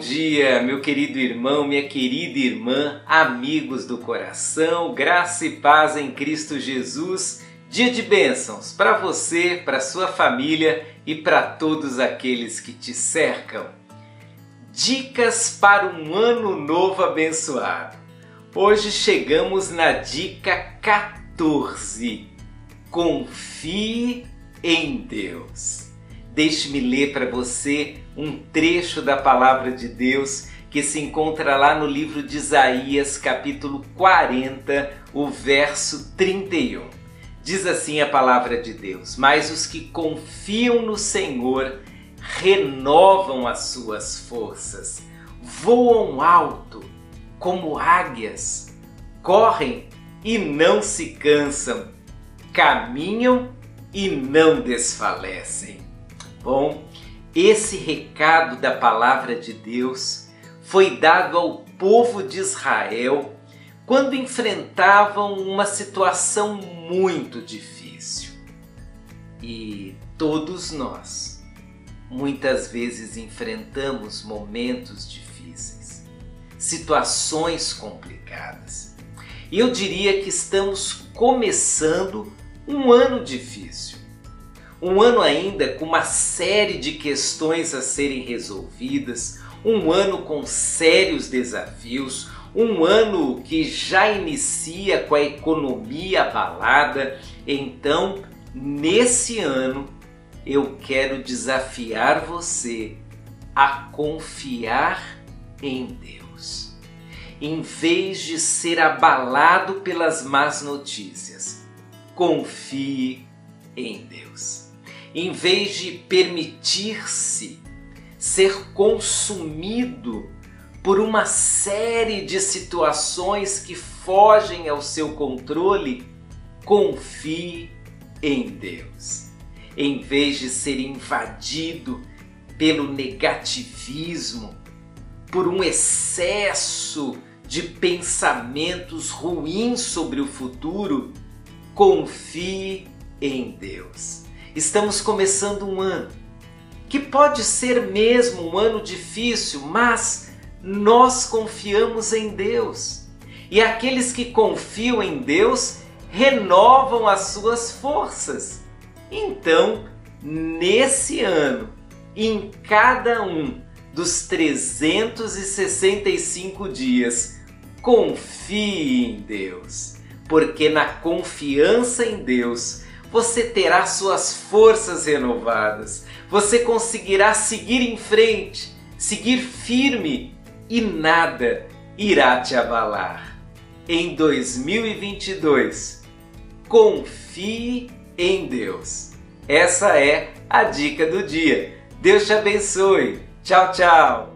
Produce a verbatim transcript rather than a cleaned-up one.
dia, meu querido irmão, minha querida irmã, amigos do coração, graça e paz em Cristo Jesus. Dia de bênçãos para você, para sua família e para todos aqueles que te cercam. Dicas para um ano novo abençoado. Hoje chegamos na dica quatorze. Confie em Deus. Deixe-me ler para você um trecho da Palavra de Deus que se encontra lá no livro de Isaías, capítulo quarenta, o verso trinta e um. Diz assim a Palavra de Deus: mas os que confiam no Senhor renovam as suas forças, voam alto como águias, correm e não se cansam, caminham e não desfalecem. Bom, esse recado da Palavra de Deus foi dado ao povo de Israel quando enfrentavam uma situação muito difícil. E todos nós, muitas vezes, enfrentamos momentos difíceis, situações complicadas. E eu diria que estamos começando um ano difícil. Um ano ainda com uma série de questões a serem resolvidas, um ano com sérios desafios, um ano que já inicia com a economia abalada. Então, nesse ano, eu quero desafiar você a confiar em Deus. Em vez de ser abalado pelas más notícias, confie em Deus. Em vez de permitir-se ser consumido por uma série de situações que fogem ao seu controle, confie em Deus. Em vez de ser invadido pelo negativismo, por um excesso de pensamentos ruins sobre o futuro, confie em Deus. Estamos começando um ano que pode ser mesmo um ano difícil, mas nós confiamos em Deus. E aqueles que confiam em Deus renovam as suas forças. Então, nesse ano, em cada um dos trezentos e sessenta e cinco dias, confie em Deus, porque na confiança em Deus você terá suas forças renovadas, você conseguirá seguir em frente, seguir firme e nada irá te abalar. Em dois mil e vinte e dois, confie em Deus. Essa é a dica do dia. Deus te abençoe. Tchau, tchau.